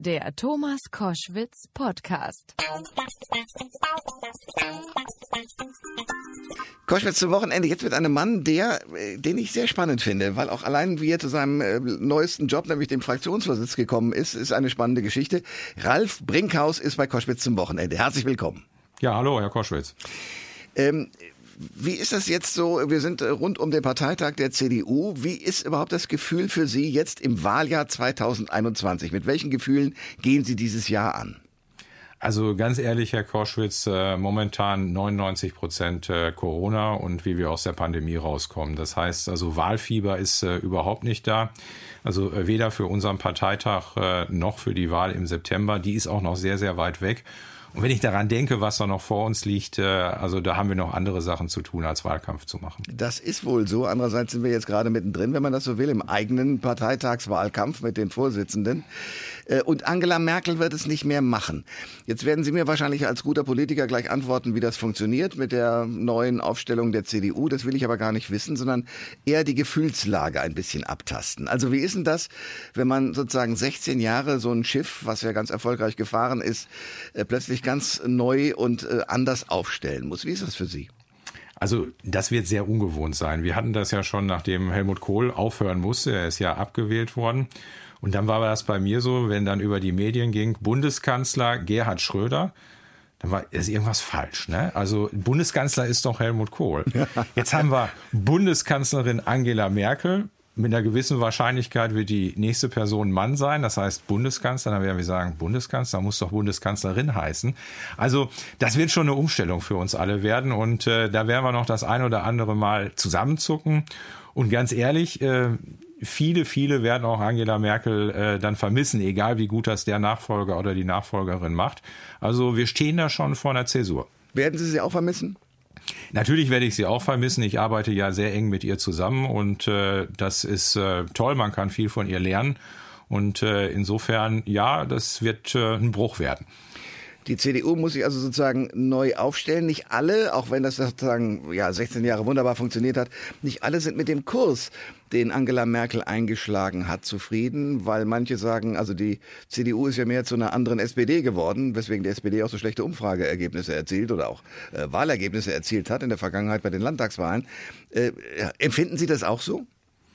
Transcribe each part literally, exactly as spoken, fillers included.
Der Thomas Koschwitz Podcast. Koschwitz zum Wochenende jetzt mit einem Mann, der, den ich sehr spannend finde, weil auch allein wie er zu seinem äh, neuesten Job, nämlich dem Fraktionsvorsitz gekommen ist, ist eine spannende Geschichte. Ralf Brinkhaus ist bei Koschwitz zum Wochenende. Herzlich willkommen. Ja, hallo, Herr Koschwitz. Ähm, Wie ist das jetzt so? Wir sind rund um den Parteitag der C D U. Wie ist überhaupt das Gefühl für Sie jetzt im Wahljahr zwanzig einundzwanzig? Mit welchen Gefühlen gehen Sie dieses Jahr an? Also ganz ehrlich, Herr Koschwitz, äh, momentan neunundneunzig Prozent äh, Corona und wie wir aus der Pandemie rauskommen. Das heißt, also Wahlfieber ist äh, überhaupt nicht da. Also äh, weder für unseren Parteitag äh, noch für die Wahl im September. Die ist auch noch sehr, sehr weit weg. Und wenn ich daran denke, was da noch vor uns liegt, also da haben wir noch andere Sachen zu tun, als Wahlkampf zu machen. Das ist wohl so. Andererseits sind wir jetzt gerade mittendrin, wenn man das so will, im eigenen Parteitagswahlkampf mit den Vorsitzenden. Und Angela Merkel wird es nicht mehr machen. Jetzt werden Sie mir wahrscheinlich als guter Politiker gleich antworten, wie das funktioniert mit der neuen Aufstellung der C D U. Das will ich aber gar nicht wissen, sondern eher die Gefühlslage ein bisschen abtasten. Also wie ist denn das, wenn man sozusagen sechzehn Jahre so ein Schiff, was ja ganz erfolgreich gefahren ist, plötzlich ganz neu und äh, anders aufstellen muss. Wie ist das für Sie? Also das wird sehr ungewohnt sein. Wir hatten das ja schon, nachdem Helmut Kohl aufhören musste. Er ist ja abgewählt worden. Und dann war das bei mir so, wenn dann über die Medien ging, Bundeskanzler Gerhard Schröder, dann war ist irgendwas falsch. Ne? Also Bundeskanzler ist doch Helmut Kohl. Jetzt haben wir Bundeskanzlerin Angela Merkel. Mit einer gewissen Wahrscheinlichkeit wird die nächste Person Mann sein, das heißt Bundeskanzler. Dann werden wir sagen, Bundeskanzler muss doch Bundeskanzlerin heißen. Also das wird schon eine Umstellung für uns alle werden und äh, da werden wir noch das ein oder andere Mal zusammenzucken. Und ganz ehrlich, äh, viele, viele werden auch Angela Merkel äh, dann vermissen, egal wie gut das der Nachfolger oder die Nachfolgerin macht. Also wir stehen da schon vor einer Zäsur. Werden Sie sie auch vermissen? Natürlich werde ich sie auch vermissen. Ich arbeite ja sehr eng mit ihr zusammen und äh, das ist äh, toll. Man kann viel von ihr lernen und äh, insofern, ja, das wird äh, ein Bruch werden. Die C D U muss sich also sozusagen neu aufstellen. Nicht alle, auch wenn das sozusagen ja sechzehn Jahre wunderbar funktioniert hat, nicht alle sind mit dem Kurs, den Angela Merkel eingeschlagen hat, zufrieden, weil manche sagen, also die C D U ist ja mehr zu einer anderen S P D geworden, weswegen die S P D auch so schlechte Umfrageergebnisse erzielt oder auch äh, Wahlergebnisse erzielt hat in der Vergangenheit bei den Landtagswahlen. Äh, empfinden Sie das auch so?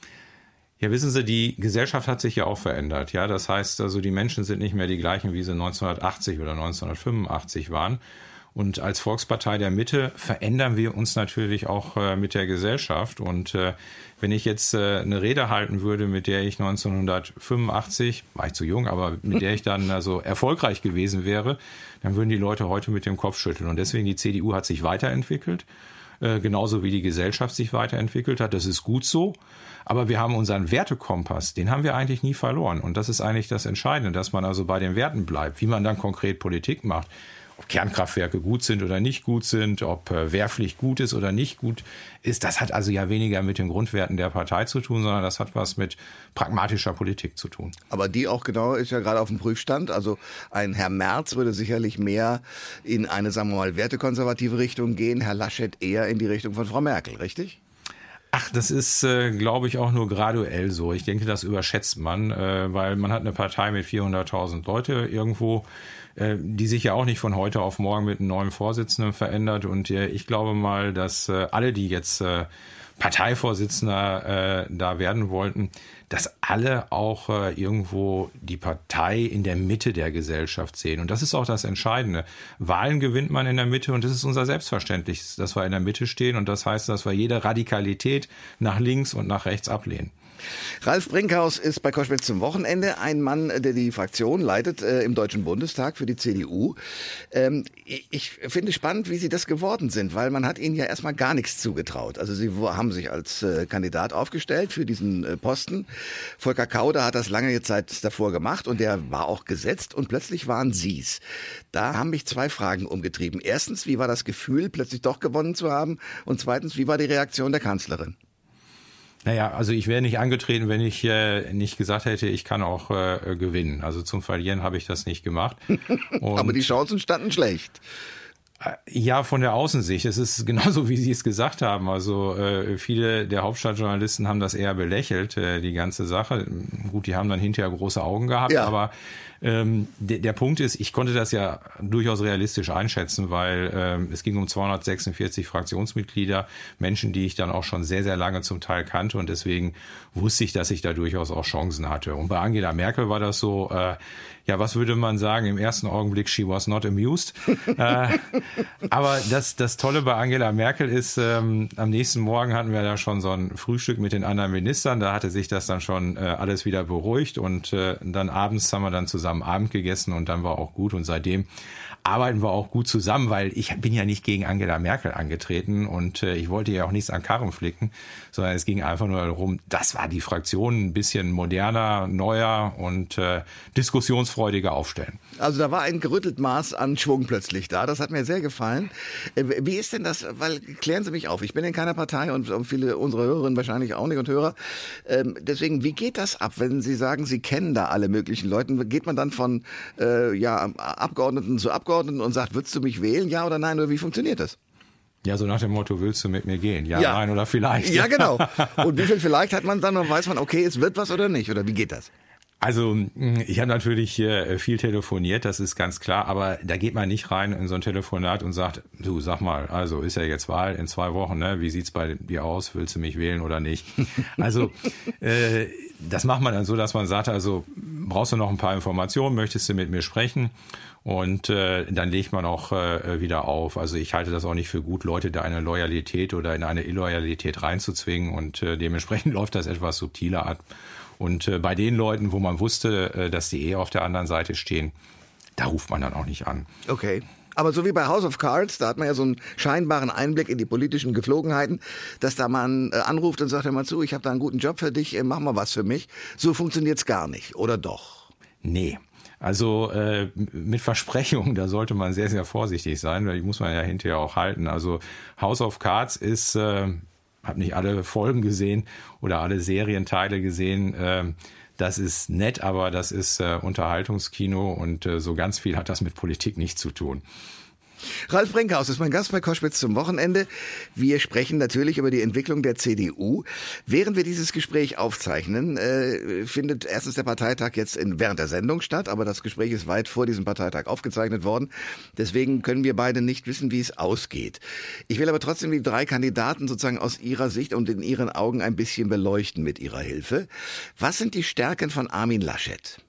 Ja, wissen Sie, die Gesellschaft hat sich ja auch verändert. Ja, das heißt also, die Menschen sind nicht mehr die gleichen, wie sie neunzehnhundertachtzig oder neunzehnhundertfünfundachtzig waren. Und als Volkspartei der Mitte verändern wir uns natürlich auch äh, mit der Gesellschaft. Und äh, wenn ich jetzt äh, eine Rede halten würde, mit der ich neunzehnhundertfünfundachtzig, war ich zu jung, aber mit der ich dann also erfolgreich gewesen wäre, dann würden die Leute heute mit dem Kopf schütteln. Und deswegen, die C D U hat sich weiterentwickelt. Genauso wie die Gesellschaft sich weiterentwickelt hat. Das ist gut so. Aber wir haben unseren Wertekompass, den haben wir eigentlich nie verloren. Und das ist eigentlich das Entscheidende, dass man also bei den Werten bleibt. Wie man dann konkret Politik macht, ob Kernkraftwerke gut sind oder nicht gut sind, ob Wehrpflicht gut ist oder nicht gut ist, das hat also ja weniger mit den Grundwerten der Partei zu tun, sondern das hat was mit pragmatischer Politik zu tun. Aber die auch genau ist ja gerade auf dem Prüfstand. Also ein Herr Merz würde sicherlich mehr in eine, sagen wir mal, wertekonservative Richtung gehen, Herr Laschet eher in die Richtung von Frau Merkel, richtig? Ach, das ist, äh, glaube ich, auch nur graduell so. Ich denke, das überschätzt man, äh, weil man hat eine Partei mit vierhunderttausend Leute irgendwo, äh, die sich ja auch nicht von heute auf morgen mit einem neuen Vorsitzenden verändert. Und äh, ich glaube mal, dass äh, alle, die jetzt äh, Parteivorsitzender äh, da werden wollten, dass alle auch äh, irgendwo die Partei in der Mitte der Gesellschaft sehen. Und das ist auch das Entscheidende. Wahlen gewinnt man in der Mitte und das ist unser Selbstverständnis, dass wir in der Mitte stehen. Und das heißt, dass wir jede Radikalität nach links und nach rechts ablehnen. Ralf Brinkhaus ist bei Koschwitz zum Wochenende ein Mann, der die Fraktion leitet äh, im Deutschen Bundestag für die C D U. Ähm, ich, ich finde spannend, wie Sie das geworden sind, weil man hat Ihnen ja erstmal gar nichts zugetraut. Also Sie haben sich als äh, Kandidat aufgestellt für diesen äh, Posten. Volker Kauder hat das lange Zeit davor gemacht und der war auch gesetzt und plötzlich waren Sie's. Da haben mich zwei Fragen umgetrieben. Erstens, wie war das Gefühl, plötzlich doch gewonnen zu haben? Und zweitens, wie war die Reaktion der Kanzlerin? Naja, also ich wäre nicht angetreten, wenn ich äh, nicht gesagt hätte, ich kann auch äh, gewinnen. Also zum Verlieren habe ich das nicht gemacht. Und aber die Chancen standen schlecht. Ja, von der Außensicht. Es ist genauso, wie Sie es gesagt haben. Also äh, viele der Hauptstadtjournalisten haben das eher belächelt, äh, die ganze Sache. Gut, die haben dann hinterher große Augen gehabt, ja. aber Ähm, der, der Punkt ist, ich konnte das ja durchaus realistisch einschätzen, weil ähm, es ging um zweihundertsechsundvierzig Fraktionsmitglieder, Menschen, die ich dann auch schon sehr, sehr lange zum Teil kannte und deswegen wusste ich, dass ich da durchaus auch Chancen hatte. Und bei Angela Merkel war das so, äh, ja, was würde man sagen, im ersten Augenblick, she was not amused. äh, aber das, das Tolle bei Angela Merkel ist, ähm, am nächsten Morgen hatten wir da schon so ein Frühstück mit den anderen Ministern, da hatte sich das dann schon äh, alles wieder beruhigt und äh, dann abends haben wir dann zusammen Abend gegessen und dann war auch gut und seitdem arbeiten wir auch gut zusammen, weil ich bin ja nicht gegen Angela Merkel angetreten und äh, ich wollte ja auch nichts an Karren flicken, sondern es ging einfach nur darum, das war die Fraktion ein bisschen moderner, neuer und äh, diskussionsfreudiger aufstellen. Also da war ein gerüttelt Maß an Schwung plötzlich da, das hat mir sehr gefallen. Äh, wie ist denn das, weil klären Sie mich auf, ich bin in keiner Partei und viele unserer Hörerinnen wahrscheinlich auch nicht und Hörer, ähm, deswegen, wie geht das ab, wenn Sie sagen, Sie kennen da alle möglichen Leute, geht man dann von äh, ja, Abgeordneten zu Abgeordneten und sagt, würdest du mich wählen, ja oder nein, oder wie funktioniert das? Ja, so nach dem Motto, willst du mit mir gehen? Ja, ja. Nein oder vielleicht. Ja, genau. Und wie viel vielleicht hat man dann und weiß man, okay, es wird was oder nicht, oder wie geht das? Also ich habe natürlich viel telefoniert, das ist ganz klar, aber da geht man nicht rein in so ein Telefonat und sagt, du sag mal, also ist ja jetzt Wahl in zwei Wochen, ne? Wie sieht's bei dir aus? Willst du mich wählen oder nicht? Also äh, das macht man dann so, dass man sagt, also brauchst du noch ein paar Informationen, möchtest du mit mir sprechen? Und äh, dann legt man auch äh, wieder auf. Also ich halte das auch nicht für gut, Leute da eine Loyalität oder in eine Illoyalität reinzuzwingen und äh, dementsprechend läuft das etwas subtiler ab. Und äh, bei den Leuten, wo man wusste, äh, dass die eh auf der anderen Seite stehen, da ruft man dann auch nicht an. Okay. Aber so wie bei House of Cards, da hat man ja so einen scheinbaren Einblick in die politischen Geflogenheiten, dass da man äh, anruft und sagt, hör mal zu, ich habe da einen guten Job für dich, äh, mach mal was für mich. So funktioniert's gar nicht, oder doch? Nee. Also äh, mit Versprechungen, da sollte man sehr, sehr vorsichtig sein, weil die muss man ja hinterher auch halten. Also House of Cards ist, äh, habe nicht alle Folgen gesehen oder alle Serienteile gesehen. Äh, das ist nett, aber das ist äh, Unterhaltungskino und äh, so ganz viel hat das mit Politik nichts zu tun. Ralf Brinkhaus ist mein Gast bei Koschwitz zum Wochenende. Wir sprechen natürlich über die Entwicklung der C D U. Während wir dieses Gespräch aufzeichnen, äh, findet erstens der Parteitag jetzt in, während der Sendung statt, aber das Gespräch ist weit vor diesem Parteitag aufgezeichnet worden. Deswegen können wir beide nicht wissen, wie es ausgeht. Ich will aber trotzdem die drei Kandidaten sozusagen aus Ihrer Sicht und in Ihren Augen ein bisschen beleuchten mit Ihrer Hilfe. Was sind die Stärken von Armin Laschet?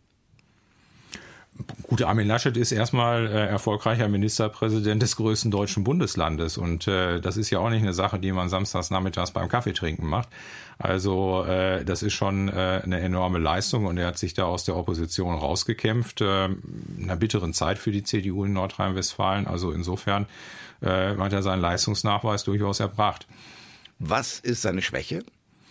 Gut, Armin Laschet ist erstmal äh, erfolgreicher Ministerpräsident des größten deutschen Bundeslandes und äh, das ist ja auch nicht eine Sache, die man samstags nachmittags beim Kaffeetrinken macht. Also äh, das ist schon äh, eine enorme Leistung und er hat sich da aus der Opposition rausgekämpft, äh, in einer bitteren Zeit für die C D U in Nordrhein-Westfalen. Also insofern äh, hat er seinen Leistungsnachweis durchaus erbracht. Was ist seine Schwäche?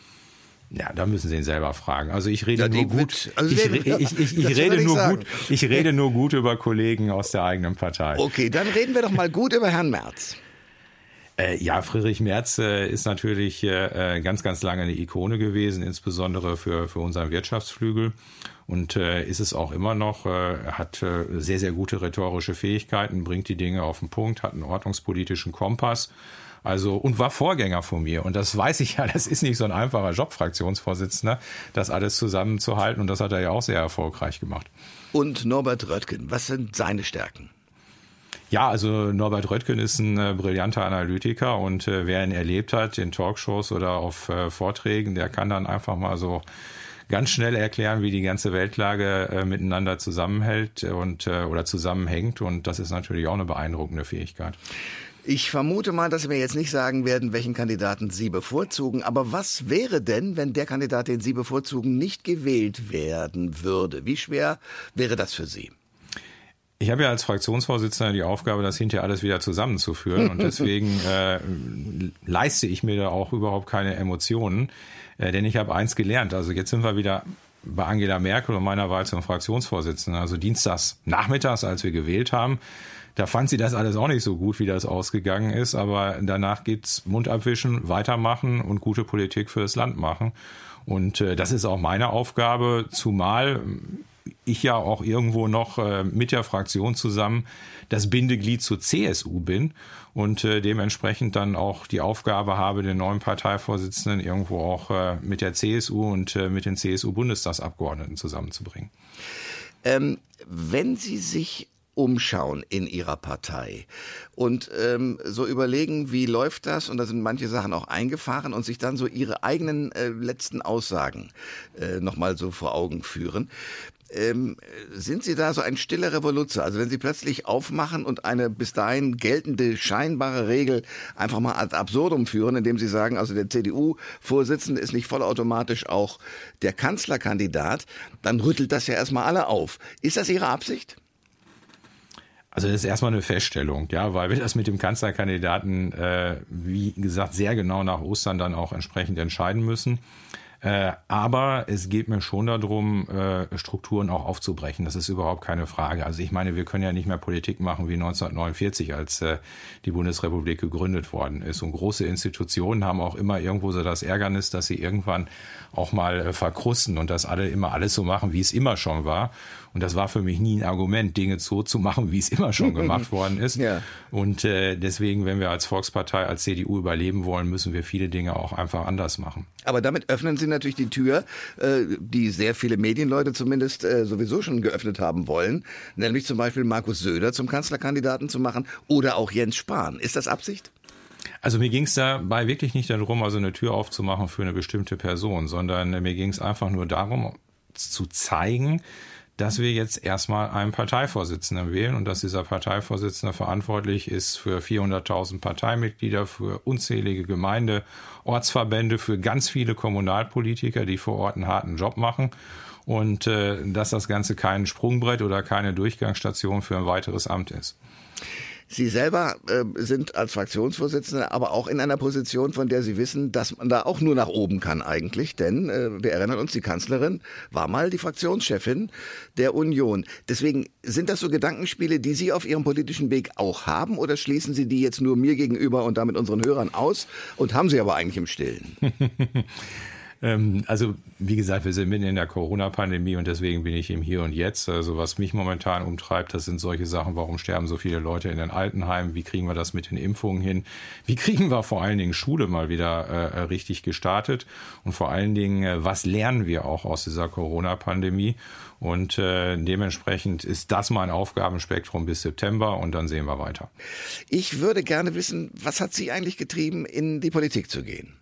Ja, da müssen Sie ihn selber fragen. Also ich rede ja, nur gut. Also ich, ich, ich, ich, ich rede nur sagen. gut. Ich rede nur gut über Kollegen aus der eigenen Partei. Okay, dann reden wir doch mal gut über Herrn Merz. Äh, ja, Friedrich Merz äh, ist natürlich äh, ganz, ganz lange eine Ikone gewesen, insbesondere für für unseren Wirtschaftsflügel und äh, ist es auch immer noch. Äh, hat äh, sehr, sehr gute rhetorische Fähigkeiten, bringt die Dinge auf den Punkt, hat einen ordnungspolitischen Kompass. Also, und war Vorgänger von mir. Und das weiß ich ja, das ist nicht so ein einfacher Job, Fraktionsvorsitzender, das alles zusammenzuhalten. Und das hat er ja auch sehr erfolgreich gemacht. Und Norbert Röttgen, was sind seine Stärken? Ja, also Norbert Röttgen ist ein äh, brillanter Analytiker und äh, wer ihn erlebt hat in Talkshows oder auf äh, Vorträgen, der kann dann einfach mal so ganz schnell erklären, wie die ganze Weltlage äh, miteinander zusammenhält und äh, oder zusammenhängt. Und das ist natürlich auch eine beeindruckende Fähigkeit. Ich vermute mal, dass Sie mir jetzt nicht sagen werden, welchen Kandidaten Sie bevorzugen. Aber was wäre denn, wenn der Kandidat, den Sie bevorzugen, nicht gewählt werden würde? Wie schwer wäre das für Sie? Ich habe ja als Fraktionsvorsitzender die Aufgabe, das hinterher alles wieder zusammenzuführen. Und deswegen äh, leiste ich mir da auch überhaupt keine Emotionen. Äh, denn ich habe eins gelernt. Also jetzt sind wir wieder bei Angela Merkel und meiner Wahl zum Fraktionsvorsitzenden. Also dienstags nachmittags, als wir gewählt haben, da fand sie das alles auch nicht so gut, wie das ausgegangen ist. Aber danach geht's Mund abwischen, weitermachen und gute Politik für das Land machen. Und äh, das ist auch meine Aufgabe, zumal ich ja auch irgendwo noch äh, mit der Fraktion zusammen das Bindeglied zur C S U bin und äh, dementsprechend dann auch die Aufgabe habe, den neuen Parteivorsitzenden irgendwo auch äh, mit der C S U und äh, mit den C S U-Bundestagsabgeordneten zusammenzubringen. Ähm, wenn Sie sich umschauen in Ihrer Partei und ähm, so überlegen, wie läuft das, und da sind manche Sachen auch eingefahren, und sich dann so Ihre eigenen äh, letzten Aussagen äh, nochmal so vor Augen führen, ähm, sind Sie da so ein stiller Revoluzer? Also wenn Sie plötzlich aufmachen und eine bis dahin geltende scheinbare Regel einfach mal ad absurdum führen, indem Sie sagen, also der C D U-Vorsitzende ist nicht vollautomatisch auch der Kanzlerkandidat, dann rüttelt das ja erstmal alle auf. Ist das Ihre Absicht? Also das ist erstmal eine Feststellung, ja, weil wir das mit dem Kanzlerkandidaten, äh, wie gesagt, sehr genau nach Ostern dann auch entsprechend entscheiden müssen. Äh, aber es geht mir schon darum, äh, Strukturen auch aufzubrechen. Das ist überhaupt keine Frage. Also ich meine, wir können ja nicht mehr Politik machen wie neunzehnhundertneunundvierzig, als äh, die Bundesrepublik gegründet worden ist. Und große Institutionen haben auch immer irgendwo so das Ärgernis, dass sie irgendwann auch mal äh, verkrusten und dass alle immer alles so machen, wie es immer schon war. Und das war für mich nie ein Argument, Dinge so zu machen, wie es immer schon gemacht worden ist. Ja. Und äh, deswegen, wenn wir als Volkspartei, als C D U überleben wollen, müssen wir viele Dinge auch einfach anders machen. Aber damit öffnen Sie natürlich die Tür, äh, die sehr viele Medienleute zumindest äh, sowieso schon geöffnet haben wollen, nämlich zum Beispiel Markus Söder zum Kanzlerkandidaten zu machen oder auch Jens Spahn. Ist das Absicht? Also mir ging es dabei wirklich nicht darum, also eine Tür aufzumachen für eine bestimmte Person, sondern mir ging es einfach nur darum, zu zeigen, dass wir jetzt erstmal einen Parteivorsitzenden wählen und dass dieser Parteivorsitzende verantwortlich ist für vierhunderttausend Parteimitglieder, für unzählige Gemeinde, Ortsverbände, für ganz viele Kommunalpolitiker, die vor Ort einen harten Job machen, und äh, dass das Ganze kein Sprungbrett oder keine Durchgangsstation für ein weiteres Amt ist. Sie selber äh, sind als Fraktionsvorsitzende aber auch in einer Position, von der Sie wissen, dass man da auch nur nach oben kann eigentlich. Denn äh, wir erinnern uns, die Kanzlerin war mal die Fraktionschefin der Union. Deswegen, sind das so Gedankenspiele, die Sie auf Ihrem politischen Weg auch haben, oder schließen Sie die jetzt nur mir gegenüber und damit unseren Hörern aus und haben sie aber eigentlich im Stillen? Also wie gesagt, wir sind mitten in der Corona-Pandemie und deswegen bin ich im Hier und Jetzt. Also was mich momentan umtreibt, das sind solche Sachen, warum sterben so viele Leute in den Altenheimen, wie kriegen wir das mit den Impfungen hin, wie kriegen wir vor allen Dingen Schule mal wieder äh, richtig gestartet, und vor allen Dingen, äh, was lernen wir auch aus dieser Corona-Pandemie, und äh, dementsprechend ist das mein Aufgabenspektrum bis September, und dann sehen wir weiter. Ich würde gerne wissen, was hat Sie eigentlich getrieben, in die Politik zu gehen?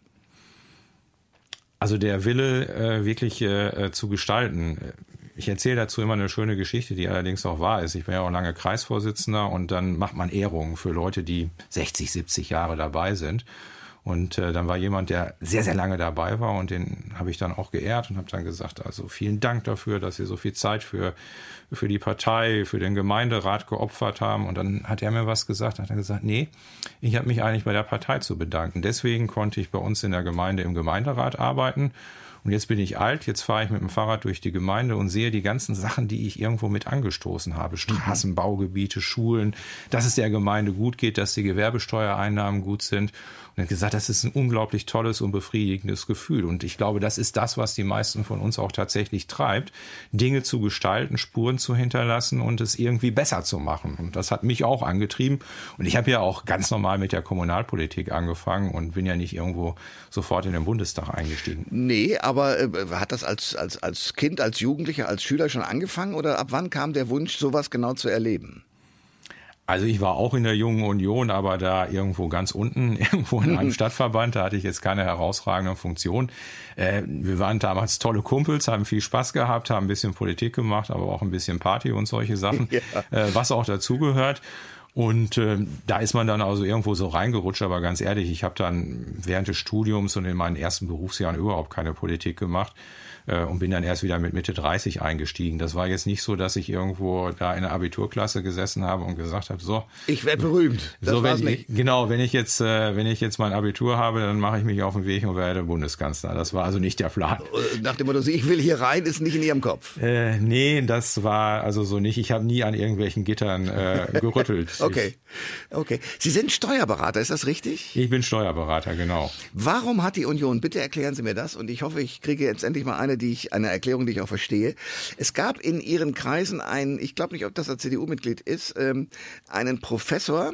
Also der Wille, äh, wirklich äh, zu gestalten. Ich erzähle dazu immer eine schöne Geschichte, die allerdings auch wahr ist. Ich bin ja auch lange Kreisvorsitzender, und dann macht man Ehrungen für Leute, die sechzig, siebzig Jahre dabei sind. Und äh, dann war jemand, der sehr, sehr lange dabei war, und den habe ich dann auch geehrt und habe dann gesagt, also vielen Dank dafür, dass Sie so viel Zeit für für die Partei, für den Gemeinderat geopfert haben. Und dann hat er mir was gesagt, hat er gesagt, nee, ich habe mich eigentlich bei der Partei zu bedanken. Deswegen konnte ich bei uns in der Gemeinde im Gemeinderat arbeiten. Und jetzt bin ich alt, jetzt fahre ich mit dem Fahrrad durch die Gemeinde und sehe die ganzen Sachen, die ich irgendwo mit angestoßen habe. Straßen, Baugebiete, Schulen, dass es der Gemeinde gut geht, dass die Gewerbesteuereinnahmen gut sind. Und er hat gesagt, das ist ein unglaublich tolles und befriedigendes Gefühl. Und ich glaube, das ist das, was die meisten von uns auch tatsächlich treibt, Dinge zu gestalten, Spuren zu hinterlassen und es irgendwie besser zu machen. Und das hat mich auch angetrieben. Und ich habe ja auch ganz normal mit der Kommunalpolitik angefangen und bin ja nicht irgendwo sofort in den Bundestag eingestiegen. Nee, aber äh, hat das als, als, als Kind, als Jugendlicher, als Schüler schon angefangen, oder ab wann kam der Wunsch, sowas genau zu erleben? Also ich war auch in der Jungen Union, aber da irgendwo ganz unten, irgendwo in einem Stadtverband, da hatte ich jetzt keine herausragende Funktion. Äh, wir waren damals tolle Kumpels, haben viel Spaß gehabt, haben ein bisschen Politik gemacht, aber auch ein bisschen Party und solche Sachen, ja. äh, was auch dazugehört. Und äh, da ist man dann also irgendwo so reingerutscht, aber ganz ehrlich, ich habe dann während des Studiums und in meinen ersten Berufsjahren überhaupt keine Politik gemacht äh, und bin dann erst wieder mit Mitte dreißig eingestiegen. Das war jetzt nicht so, dass ich irgendwo da in der Abiturklasse gesessen habe und gesagt habe, so. Ich werde berühmt. Das so, war's wenn nicht. Ich, genau, wenn ich jetzt, äh, wenn ich jetzt mein Abitur habe, dann mache ich mich auf den Weg und werde Bundeskanzler. Das war also nicht der Plan. Nach dem Motto, ich will hier rein, ist nicht in Ihrem Kopf. Äh, nee, das war also so nicht. Ich habe nie an irgendwelchen Gittern äh, gerüttelt. Okay, okay. Sie sind Steuerberater, ist das richtig? Ich bin Steuerberater, genau. Warum hat die Union, bitte erklären Sie mir das, und ich hoffe, ich kriege jetzt endlich mal eine, die ich, eine Erklärung, die ich auch verstehe. Es gab in Ihren Kreisen einen, ich glaube nicht, ob das ein C D U-Mitglied ist, ähm, einen Professor,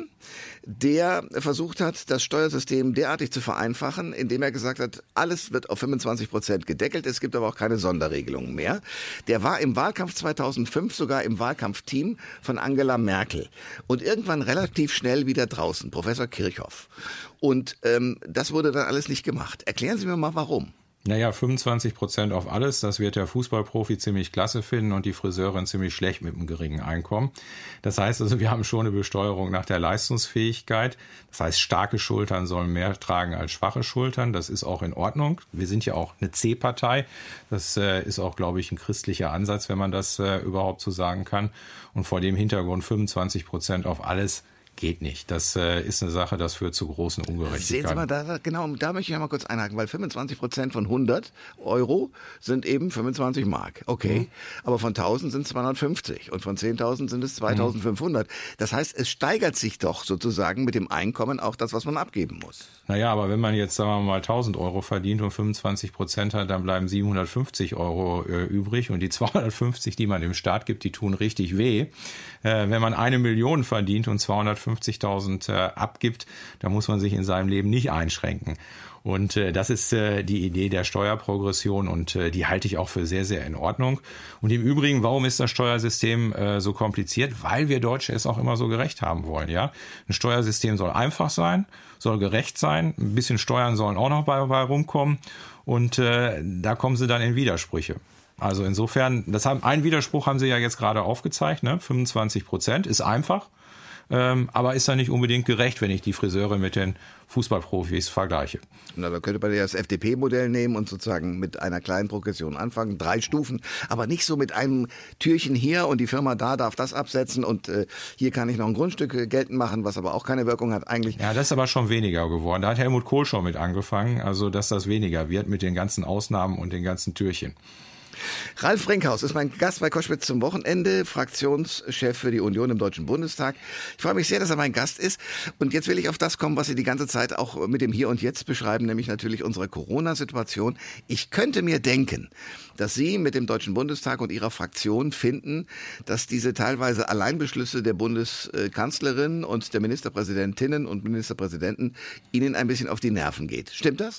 der versucht hat, das Steuersystem derartig zu vereinfachen, indem er gesagt hat, alles wird auf fünfundzwanzig Prozent gedeckelt, es gibt aber auch keine Sonderregelungen mehr. Der war im Wahlkampf zweitausendfünf sogar im Wahlkampfteam von Angela Merkel und irgendwann relativ schnell wieder draußen, Professor Kirchhoff. Und ähm, das wurde dann alles nicht gemacht. Erklären Sie mir mal, warum. Naja, fünfundzwanzig Prozent auf alles, das wird der Fußballprofi ziemlich klasse finden und die Friseurin ziemlich schlecht mit einem geringen Einkommen. Das heißt also, wir haben schon eine Besteuerung nach der Leistungsfähigkeit. Das heißt, starke Schultern sollen mehr tragen als schwache Schultern. Das ist auch in Ordnung. Wir sind ja auch eine C-Partei. Das äh, ist auch, glaube ich, ein christlicher Ansatz, wenn man das äh, überhaupt so sagen kann. Und vor dem Hintergrund fünfundzwanzig Prozent auf alles geht nicht. Das äh, ist eine Sache, das führt zu großen Ungerechtigkeiten. Sehen Sie mal, da, genau, da möchte ich mal kurz einhaken, weil fünfundzwanzig Prozent von hundert Euro sind eben fünfundzwanzig Mark. Okay, mhm. Aber von tausend sind es zweihundertfünfzig und von zehntausend sind es zweitausendfünfhundert. Das heißt, es steigert sich doch sozusagen mit dem Einkommen auch das, was man abgeben muss. Naja, aber wenn man jetzt, sagen wir mal, tausend Euro verdient und fünfundzwanzig Prozent hat, dann bleiben siebenhundertfünfzig Euro äh, übrig und die zweihundertfünfzig, die man dem Staat gibt, die tun richtig weh. Äh, wenn man eine Million verdient und zweihundertfünfzigtausend äh, abgibt, dann muss man sich in seinem Leben nicht einschränken. Und äh, das ist äh, die Idee der Steuerprogression und äh, die halte ich auch für sehr, sehr in Ordnung. Und im Übrigen, warum ist das Steuersystem äh, so kompliziert? Weil wir Deutsche es auch immer so gerecht haben wollen. Ja, ein Steuersystem soll einfach sein, soll gerecht sein, ein bisschen Steuern sollen auch noch bei, bei rumkommen und äh, da kommen sie dann in Widersprüche. Also insofern, das haben, einen Widerspruch haben Sie ja jetzt gerade aufgezeigt, ne? fünfundzwanzig Prozent ist einfach. Ähm, aber ist ja nicht unbedingt gerecht, wenn ich die Friseure mit den Fußballprofis vergleiche. Na, da könnte man ja das F D P-Modell nehmen und sozusagen mit einer kleinen Progression anfangen, drei Stufen, aber nicht so mit einem Türchen hier und die Firma da darf das absetzen und äh, hier kann ich noch ein Grundstück äh, geltend machen, was aber auch keine Wirkung hat eigentlich. Ja, das ist aber schon weniger geworden. Da hat Helmut Kohl schon mit angefangen, also dass das weniger wird mit den ganzen Ausnahmen und den ganzen Türchen. Ralf Brinkhaus ist mein Gast bei Koschwitz zum Wochenende, Fraktionschef für die Union im Deutschen Bundestag. Ich freue mich sehr, dass er mein Gast ist. Und jetzt will ich auf das kommen, was Sie die ganze Zeit auch mit dem Hier und Jetzt beschreiben, nämlich natürlich unsere Corona-Situation. Ich könnte mir denken, dass Sie mit dem Deutschen Bundestag und Ihrer Fraktion finden, dass diese teilweise Alleinbeschlüsse der Bundeskanzlerin und der Ministerpräsidentinnen und Ministerpräsidenten Ihnen ein bisschen auf die Nerven geht. Stimmt das?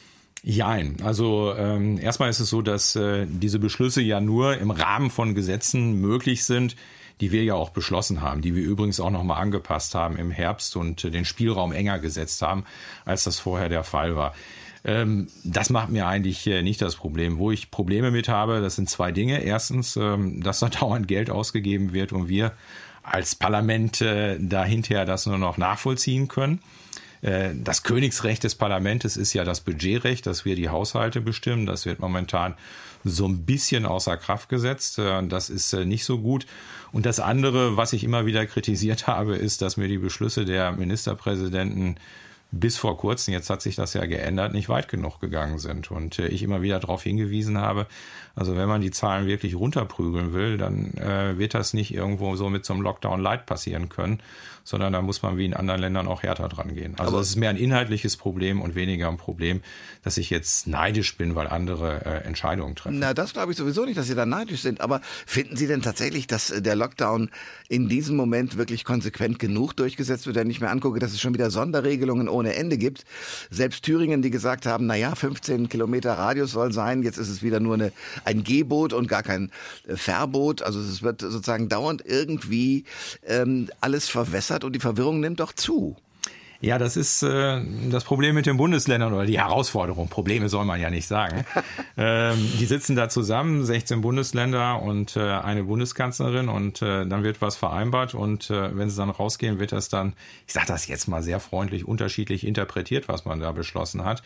Jein. Also ähm, erstmal ist es so, dass äh, diese Beschlüsse ja nur im Rahmen von Gesetzen möglich sind, die wir ja auch beschlossen haben, die wir übrigens auch nochmal angepasst haben im Herbst und äh, den Spielraum enger gesetzt haben, als das vorher der Fall war. Ähm, das macht mir eigentlich äh, nicht das Problem. Wo ich Probleme mit habe, das sind zwei Dinge. Erstens, ähm, dass da dauernd Geld ausgegeben wird und wir als Parlament äh, dahinter das nur noch nachvollziehen können. Das Königsrecht des Parlaments ist ja das Budgetrecht, dass wir die Haushalte bestimmen. Das wird momentan so ein bisschen außer Kraft gesetzt. Das ist nicht so gut. Und das andere, was ich immer wieder kritisiert habe, ist, dass mir die Beschlüsse der Ministerpräsidenten bis vor kurzem, jetzt hat sich das ja geändert, nicht weit genug gegangen sind. Und ich immer wieder darauf hingewiesen habe, also wenn man die Zahlen wirklich runterprügeln will, dann äh, wird das nicht irgendwo so mit so einem Lockdown-Light passieren können, sondern da muss man wie in anderen Ländern auch härter dran gehen. Also es ist mehr ein inhaltliches Problem und weniger ein Problem, dass ich jetzt neidisch bin, weil andere äh, Entscheidungen treffen. Na, das glaube ich sowieso nicht, dass Sie da neidisch sind. Aber finden Sie denn tatsächlich, dass der Lockdown in diesem Moment wirklich konsequent genug durchgesetzt wird? Wenn ich mir angucke, dass es schon wieder Sonderregelungen ohne Ende gibt. Selbst Thüringen, die gesagt haben, na ja, fünfzehn Kilometer Radius soll sein. Jetzt ist es wieder nur eine, ein Gehboot und gar kein Verboot. Also es wird sozusagen dauernd irgendwie ähm, alles verwässert und die Verwirrung nimmt doch zu. Ja, das ist äh, das Problem mit den Bundesländern oder die Herausforderung. Probleme soll man ja nicht sagen. ähm, die sitzen da zusammen, sechzehn Bundesländer und äh, eine Bundeskanzlerin und äh, dann wird was vereinbart und äh, wenn sie dann rausgehen, wird das dann, ich sage das jetzt mal sehr freundlich, unterschiedlich interpretiert, was man da beschlossen hat.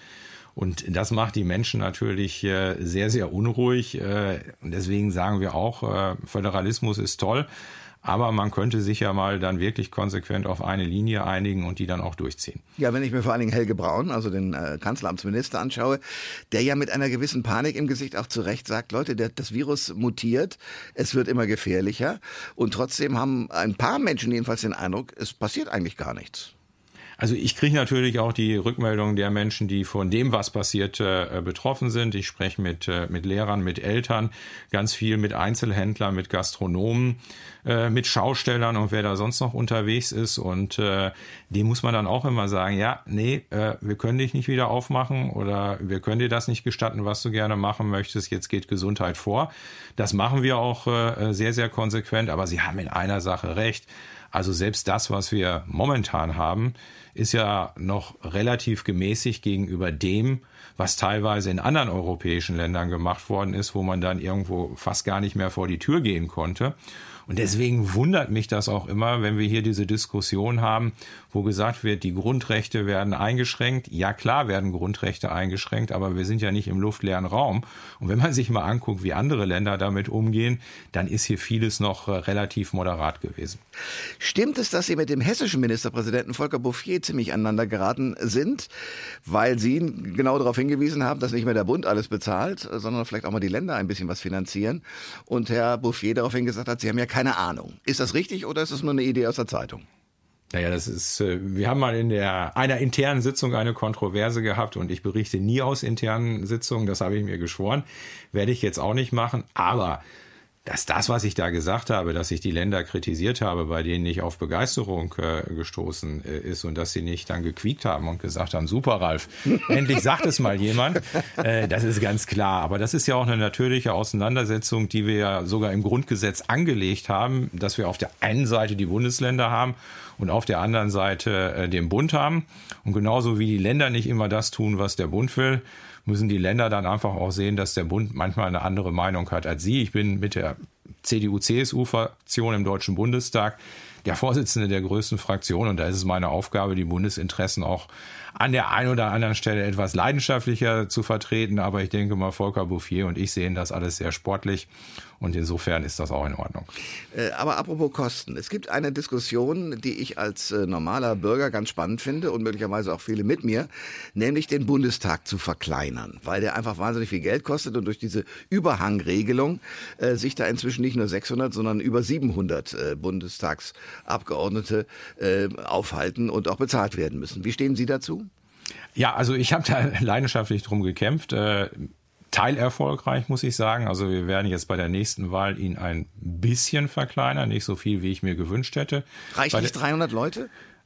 Und das macht die Menschen natürlich sehr, sehr unruhig. Und deswegen sagen wir auch, Föderalismus ist toll. Aber man könnte sich ja mal dann wirklich konsequent auf eine Linie einigen und die dann auch durchziehen. Ja, wenn ich mir vor allen Dingen Helge Braun, also den äh, Kanzleramtsminister, anschaue, der ja mit einer gewissen Panik im Gesicht auch zu Recht sagt, Leute, der, das Virus mutiert, es wird immer gefährlicher. Und trotzdem haben ein paar Menschen jedenfalls den Eindruck, es passiert eigentlich gar nichts. Also ich kriege natürlich auch die Rückmeldungen der Menschen, die von dem, was passiert, äh, betroffen sind. Ich spreche mit, äh, mit Lehrern, mit Eltern, ganz viel mit Einzelhändlern, mit Gastronomen, äh, mit Schaustellern und wer da sonst noch unterwegs ist. Und äh, dem muss man dann auch immer sagen, ja, nee, äh, wir können dich nicht wieder aufmachen oder wir können dir das nicht gestatten, was du gerne machen möchtest. Jetzt geht Gesundheit vor. Das machen wir auch äh, sehr, sehr konsequent. Aber Sie haben in einer Sache recht. Also selbst das, was wir momentan haben, ist ja noch relativ gemäßigt gegenüber dem, was teilweise in anderen europäischen Ländern gemacht worden ist, wo man dann irgendwo fast gar nicht mehr vor die Tür gehen konnte. Und deswegen wundert mich das auch immer, wenn wir hier diese Diskussion haben, wo gesagt wird, die Grundrechte werden eingeschränkt. Ja, klar werden Grundrechte eingeschränkt, aber wir sind ja nicht im luftleeren Raum. Und wenn man sich mal anguckt, wie andere Länder damit umgehen, dann ist hier vieles noch relativ moderat gewesen. Stimmt es, dass Sie mit dem hessischen Ministerpräsidenten Volker Bouffier ziemlich aneinander geraten sind, weil Sie genau darauf hingewiesen haben, dass nicht mehr der Bund alles bezahlt, sondern vielleicht auch mal die Länder ein bisschen was finanzieren? Und Herr Bouffier daraufhin gesagt hat, Sie haben ja keine Ahnung. Ist das richtig oder ist das nur eine Idee aus der Zeitung? Naja, das ist, wir haben mal in der einer internen Sitzung eine Kontroverse gehabt und ich berichte nie aus internen Sitzungen, das habe ich mir geschworen, werde ich jetzt auch nicht machen, aber dass das, was ich da gesagt habe, dass ich die Länder kritisiert habe, bei denen nicht auf Begeisterung äh, gestoßen äh, ist und dass sie nicht dann gequiekt haben und gesagt haben, super Ralf, endlich sagt es mal jemand, äh, das ist ganz klar. Aber das ist ja auch eine natürliche Auseinandersetzung, die wir ja sogar im Grundgesetz angelegt haben, dass wir auf der einen Seite die Bundesländer haben und auf der anderen Seite äh, den Bund haben. Und genauso wie die Länder nicht immer das tun, was der Bund will, müssen die Länder dann einfach auch sehen, dass der Bund manchmal eine andere Meinung hat als sie. Ich bin mit der C D U C S U-Fraktion im Deutschen Bundestag der Vorsitzende der größten Fraktion und da ist es meine Aufgabe, die Bundesinteressen auch an der einen oder anderen Stelle etwas leidenschaftlicher zu vertreten. Aber ich denke mal, Volker Bouffier und ich sehen das alles sehr sportlich und insofern ist das auch in Ordnung. Aber apropos Kosten. Es gibt eine Diskussion, die ich als normaler Bürger ganz spannend finde und möglicherweise auch viele mit mir, nämlich den Bundestag zu verkleinern, weil der einfach wahnsinnig viel Geld kostet und durch diese Überhangregelung äh, sich da inzwischen nicht nur sechshundert, sondern über siebenhundert äh, Bundestagsabgeordnete äh, aufhalten und auch bezahlt werden müssen. Wie stehen Sie dazu? Ja, also ich habe da leidenschaftlich drum gekämpft. Äh, teilerfolgreich, muss ich sagen. Also wir werden jetzt bei der nächsten Wahl ihn ein bisschen verkleinern, nicht so viel, wie ich mir gewünscht hätte. Reicht nicht dreihundert Leute?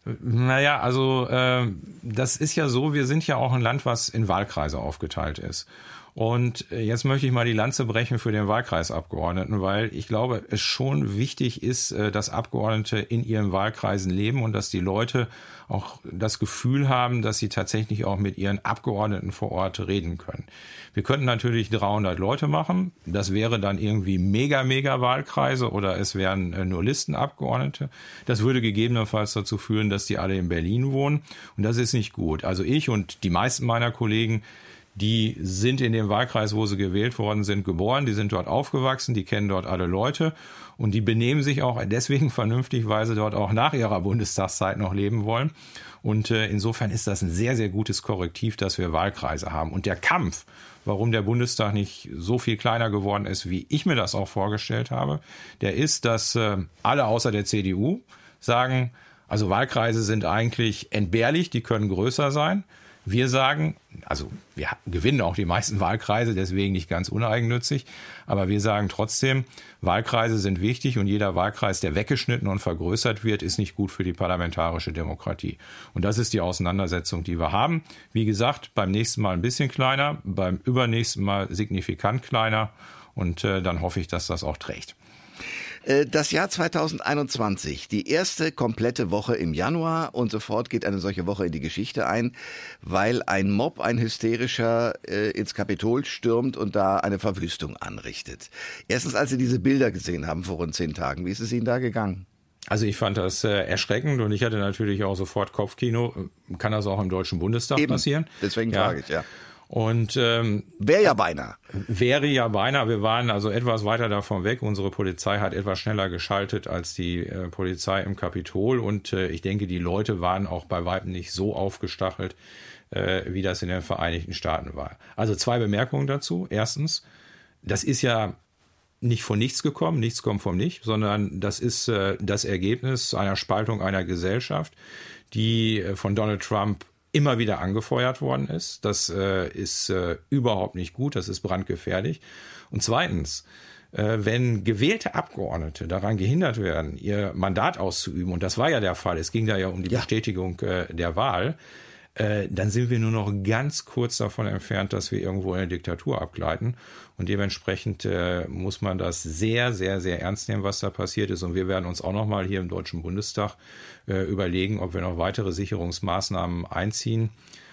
Naja, also äh, das ist ja so, wir sind ja auch ein Land, was in Wahlkreise aufgeteilt ist. Und jetzt möchte ich mal die Lanze brechen für den Wahlkreisabgeordneten, weil ich glaube, es schon wichtig ist, dass Abgeordnete in ihren Wahlkreisen leben und dass die Leute auch das Gefühl haben, dass sie tatsächlich auch mit ihren Abgeordneten vor Ort reden können. Wir könnten natürlich dreihundert Leute machen. Das wäre dann irgendwie mega, mega Wahlkreise oder es wären nur Listenabgeordnete. Das würde gegebenenfalls dazu führen, dass die alle in Berlin wohnen. Und das ist nicht gut. Also ich und die meisten meiner Kollegen, die sind in dem Wahlkreis, wo sie gewählt worden sind, geboren, die sind dort aufgewachsen, die kennen dort alle Leute und die benehmen sich auch deswegen vernünftig, weil sie dort auch nach ihrer Bundestagszeit noch leben wollen. Und äh, insofern ist das ein sehr, sehr gutes Korrektiv, dass wir Wahlkreise haben. Und der Kampf, warum der Bundestag nicht so viel kleiner geworden ist, wie ich mir das auch vorgestellt habe, der ist, dass äh, alle außer der C D U sagen, also Wahlkreise sind eigentlich entbehrlich, die können größer sein. Wir sagen, also wir gewinnen auch die meisten Wahlkreise, deswegen nicht ganz uneigennützig, aber wir sagen trotzdem, Wahlkreise sind wichtig und jeder Wahlkreis, der weggeschnitten und vergrößert wird, ist nicht gut für die parlamentarische Demokratie. Und das ist die Auseinandersetzung, die wir haben. Wie gesagt, beim nächsten Mal ein bisschen kleiner, beim übernächsten Mal signifikant kleiner und äh, dann hoffe ich, dass das auch trägt. Das Jahr zweitausendeinundzwanzig, die erste komplette Woche im Januar und sofort geht eine solche Woche in die Geschichte ein, weil ein Mob, ein Hysterischer äh, ins Kapitol stürmt und da eine Verwüstung anrichtet. Erstens, als Sie diese Bilder gesehen haben vor rund zehn Tagen, wie ist es Ihnen da gegangen? Also ich fand das äh, erschreckend und ich hatte natürlich auch sofort Kopfkino. Kann das auch im Deutschen Bundestag Eben. passieren? Deswegen ja. frage ich, ja. Und ähm, wäre ja beinahe. Wäre ja beinahe. Wir waren also etwas weiter davon weg. Unsere Polizei hat etwas schneller geschaltet als die äh, Polizei im Kapitol. Und äh, ich denke, die Leute waren auch bei weitem nicht so aufgestachelt, äh, wie das in den Vereinigten Staaten war. Also zwei Bemerkungen dazu. Erstens, das ist ja nicht von nichts gekommen, nichts kommt vom Nichts, sondern das ist äh, das Ergebnis einer Spaltung einer Gesellschaft, die äh, von Donald Trump immer wieder angefeuert worden ist. Das äh, ist äh, überhaupt nicht gut, das ist brandgefährlich. Und zweitens, äh, wenn gewählte Abgeordnete daran gehindert werden, ihr Mandat auszuüben, und das war ja der Fall, es ging da ja um die ja. Bestätigung äh, der Wahl, äh, dann sind wir nur noch ganz kurz davon entfernt, dass wir irgendwo in eine Diktatur abgleiten. Und dementsprechend äh, muss man das sehr, sehr, sehr ernst nehmen, was da passiert ist. Und wir werden uns auch noch mal hier im Deutschen Bundestag äh, überlegen, ob wir noch weitere Sicherungsmaßnahmen einziehen.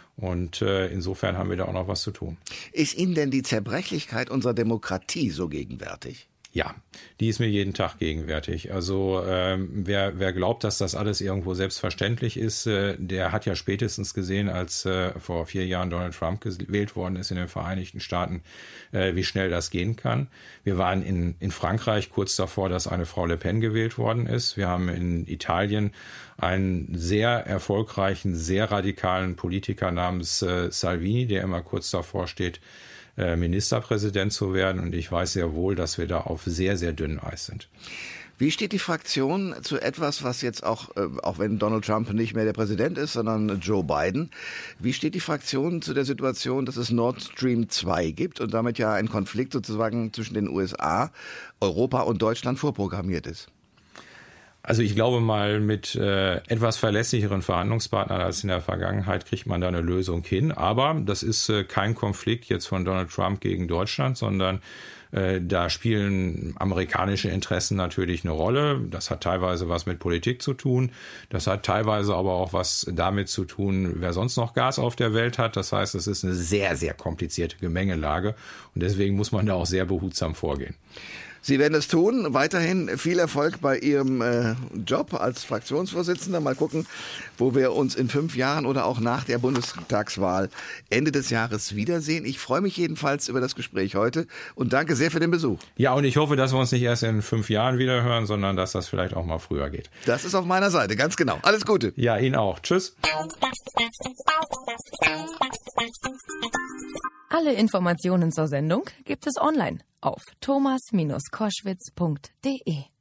Und äh, insofern haben wir da auch noch was zu tun. Ist Ihnen denn die Zerbrechlichkeit unserer Demokratie so gegenwärtig? Ja, die ist mir jeden Tag gegenwärtig. Also ähm, wer, wer glaubt, dass das alles irgendwo selbstverständlich ist, äh, der hat ja spätestens gesehen, als äh, vor vier Jahren Donald Trump gewählt worden ist in den Vereinigten Staaten, äh, wie schnell das gehen kann. Wir waren in, in Frankreich kurz davor, dass eine Frau Le Pen gewählt worden ist. Wir haben in Italien einen sehr erfolgreichen, sehr radikalen Politiker namens äh, Salvini, der immer kurz davor steht, Ministerpräsident zu werden. Und ich weiß sehr wohl, dass wir da auf sehr, sehr dünnem Eis sind. Wie steht die Fraktion zu etwas, was jetzt auch, auch wenn Donald Trump nicht mehr der Präsident ist, sondern Joe Biden, wie steht die Fraktion zu der Situation, dass es Nord Stream zwei gibt und damit ja ein Konflikt sozusagen zwischen den U S A, Europa und Deutschland vorprogrammiert ist? Also ich glaube mal, mit äh, etwas verlässlicheren Verhandlungspartnern als in der Vergangenheit kriegt man da eine Lösung hin. Aber das ist äh, kein Konflikt jetzt von Donald Trump gegen Deutschland, sondern äh, da spielen amerikanische Interessen natürlich eine Rolle. Das hat teilweise was mit Politik zu tun. Das hat teilweise aber auch was damit zu tun, wer sonst noch Gas auf der Welt hat. Das heißt, es ist eine sehr, sehr komplizierte Gemengelage. Und deswegen muss man da auch sehr behutsam vorgehen. Sie werden es tun. Weiterhin viel Erfolg bei Ihrem äh, Job als Fraktionsvorsitzender. Mal gucken, wo wir uns in fünf Jahren oder auch nach der Bundestagswahl Ende des Jahres wiedersehen. Ich freue mich jedenfalls über das Gespräch heute und danke sehr für den Besuch. Ja, und ich hoffe, dass wir uns nicht erst in fünf Jahren wieder hören, sondern dass das vielleicht auch mal früher geht. Das ist auf meiner Seite, ganz genau. Alles Gute. Ja, Ihnen auch. Tschüss. Alle Informationen zur Sendung gibt es online auf thomas Bindestrich koschwitz punkt de.